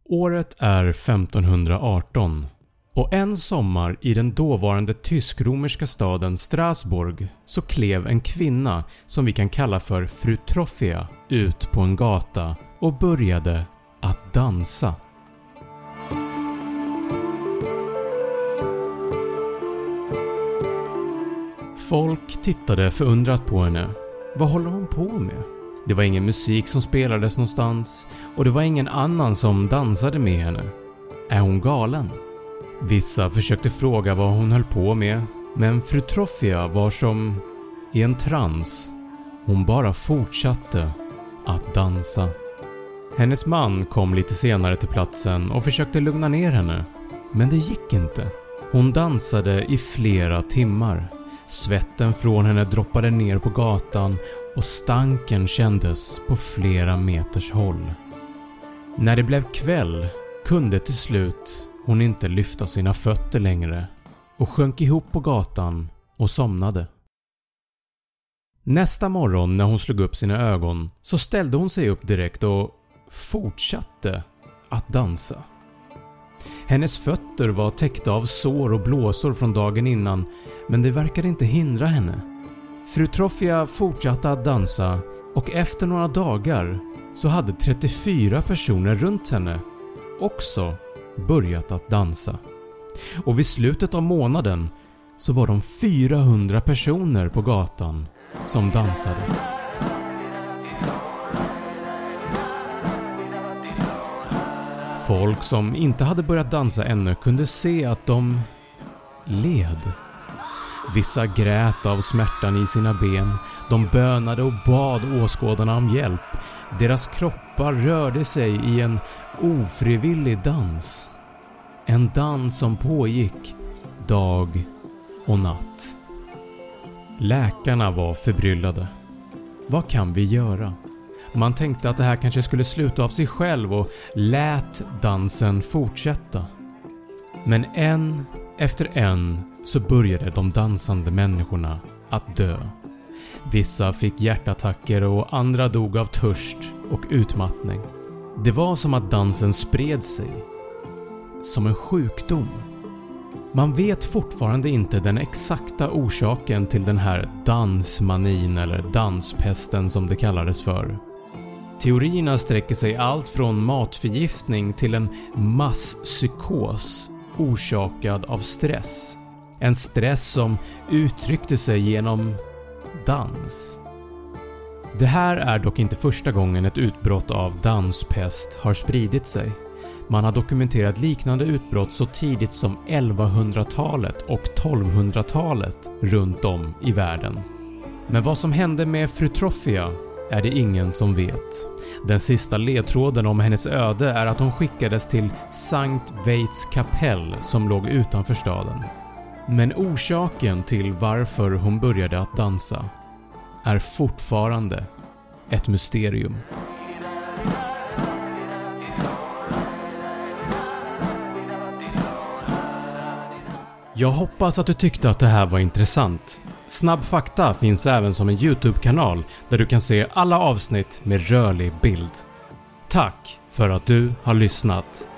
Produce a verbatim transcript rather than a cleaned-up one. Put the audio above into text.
Året är femtonhundraarton och en sommar i den dåvarande tysk-romerska staden Strasbourg så klev en kvinna som vi kan kalla för fru Troffea ut på en gata och började att dansa. Folk tittade förundrat på henne. Vad håller hon på med? Det var ingen musik som spelades någonstans och det var ingen annan som dansade med henne. Är hon galen? Vissa försökte fråga vad hon höll på med, men fru Troffea var som i en trans. Hon bara fortsatte att dansa. Hennes man kom lite senare till platsen och försökte lugna ner henne, men det gick inte. Hon dansade i flera timmar. Svetten från henne droppade ner på gatan och stanken kändes på flera meters håll. När det blev kväll kunde till slut hon inte lyfta sina fötter längre och sjönk ihop på gatan och somnade. Nästa morgon när hon slog upp sina ögon så ställde hon sig upp direkt och fortsatte att dansa. Hennes fötter var täckta av sår och blåsor från dagen innan, men det verkade inte hindra henne. Fru Troffea fortsatte att dansa och efter några dagar så hade trettiofyra personer runt henne också börjat att dansa. Och vid slutet av månaden så var de fyrahundra personer på gatan som dansade. Folk som inte hade börjat dansa ännu kunde se att de led. Vissa grät av smärtan i sina ben, de bönade och bad åskådarna om hjälp. Deras kroppar rörde sig i en ofrivillig dans. En dans som pågick dag och natt. Läkarna var förbryllade. Vad kan vi göra? Man tänkte att det här kanske skulle sluta av sig själv och lät dansen fortsätta. Men en efter en så började de dansande människorna att dö. Vissa fick hjärtattacker och andra dog av törst och utmattning. Det var som att dansen spred sig. Som en sjukdom. Man vet fortfarande inte den exakta orsaken till den här dansmanin eller danspesten som det kallades för. Teorierna sträcker sig allt från matförgiftning till en masspsykos orsakad av stress. En stress som uttryckte sig genom dans. Det här är dock inte första gången ett utbrott av danspest har spridit sig. Man har dokumenterat liknande utbrott så tidigt som elvahundratalet och tolvhundratalet runt om i världen. Men vad som hände med fru Troffea är det ingen som vet. Den sista ledtråden om hennes öde är att hon skickades till Sankt Veits kapell som låg utanför staden. Men orsaken till varför hon började att dansa är fortfarande ett mysterium. Jag hoppas att du tyckte att det här var intressant. Snabb fakta finns även som en YouTube-kanal där du kan se alla avsnitt med rörlig bild. Tack för att du har lyssnat.